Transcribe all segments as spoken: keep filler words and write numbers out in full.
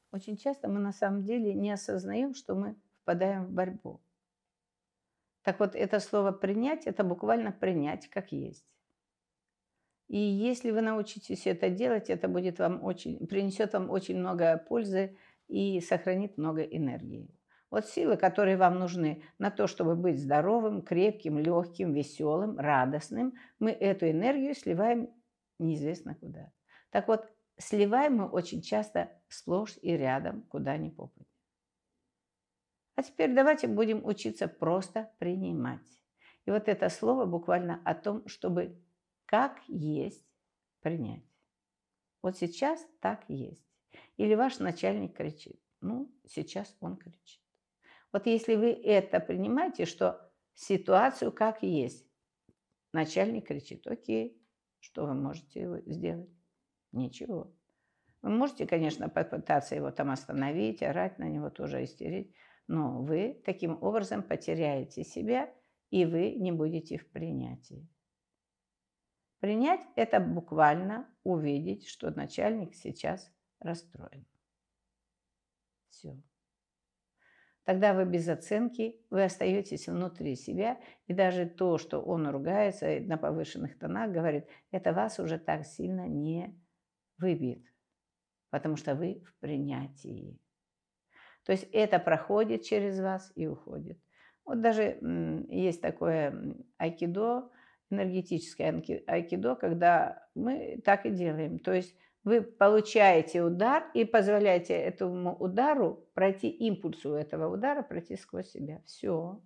Очень часто мы на самом деле не осознаем, что мы впадаем в борьбу. Так вот, это слово «принять» — это буквально принять как есть. И если вы научитесь это делать, это будет вам очень, принесет вам очень много пользы и сохранит много энергии. Вот силы, которые вам нужны на то, чтобы быть здоровым, крепким, легким, веселым, радостным, мы эту энергию сливаем неизвестно куда. Так вот, сливаем мы очень часто сплошь и рядом, куда ни попадя. А теперь давайте будем учиться просто принимать. И вот это слово буквально о том, чтобы как есть принять. Вот сейчас так есть. Или ваш начальник кричит. Ну, сейчас он кричит. Вот если вы это принимаете, что ситуацию как есть. Начальник кричит. Окей, что вы можете его сделать? Ничего. Вы можете, конечно, попытаться его там остановить, орать на него, тоже истерить, но вы таким образом потеряете себя, и вы не будете в принятии. Принять — это буквально увидеть, что начальник сейчас расстроен. Все. Тогда вы без оценки, вы остаетесь внутри себя, и даже то, что он ругается и на повышенных тонах говорит, это вас уже так сильно не выбьет, потому что вы в принятии. То есть это проходит через вас и уходит. Вот даже м, есть такое м, айкидо, энергетическое анки- айкидо, когда мы так и делаем. То есть вы получаете удар и позволяете этому удару пройти, импульсу этого удара пройти сквозь себя. Все.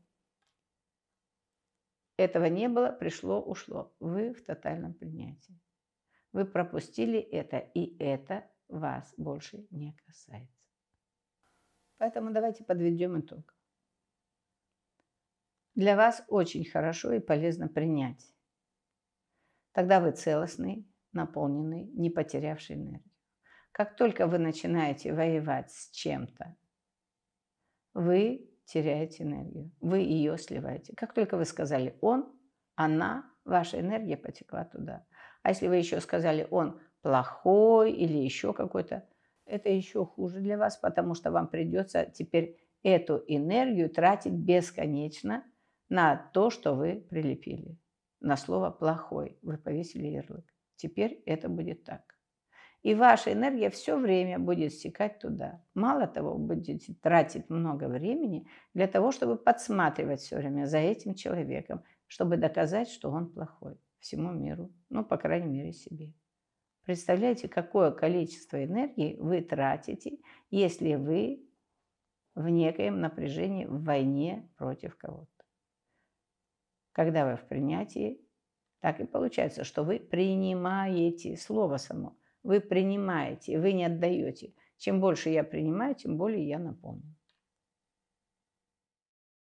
Этого не было, пришло, ушло. Вы в тотальном принятии. Вы пропустили это, и это вас больше не касается. Поэтому давайте подведем итог. Для вас очень хорошо и полезно принять. Тогда вы целостный, наполненный, не потерявший энергию. Как только вы начинаете воевать с чем-то, вы теряете энергию, вы ее сливаете. Как только вы сказали «он», «она», ваша энергия потекла туда. А если вы еще сказали «он плохой» или еще какой-то, это еще хуже для вас, потому что вам придется теперь эту энергию тратить бесконечно на то, что вы прилепили. На слово «плохой» вы повесили ярлык. Теперь это будет так. И ваша энергия все время будет стекать туда. Мало того, вы будете тратить много времени для того, чтобы подсматривать все время за этим человеком, чтобы доказать, что он плохой всему миру, ну, по крайней мере, себе. Представляете, какое количество энергии вы тратите, если вы в некоем напряжении, в войне против кого-то. Когда вы в принятии, так и получается, что вы принимаете слово само. Вы принимаете, вы не отдаете. Чем больше я принимаю, тем более я наполнен.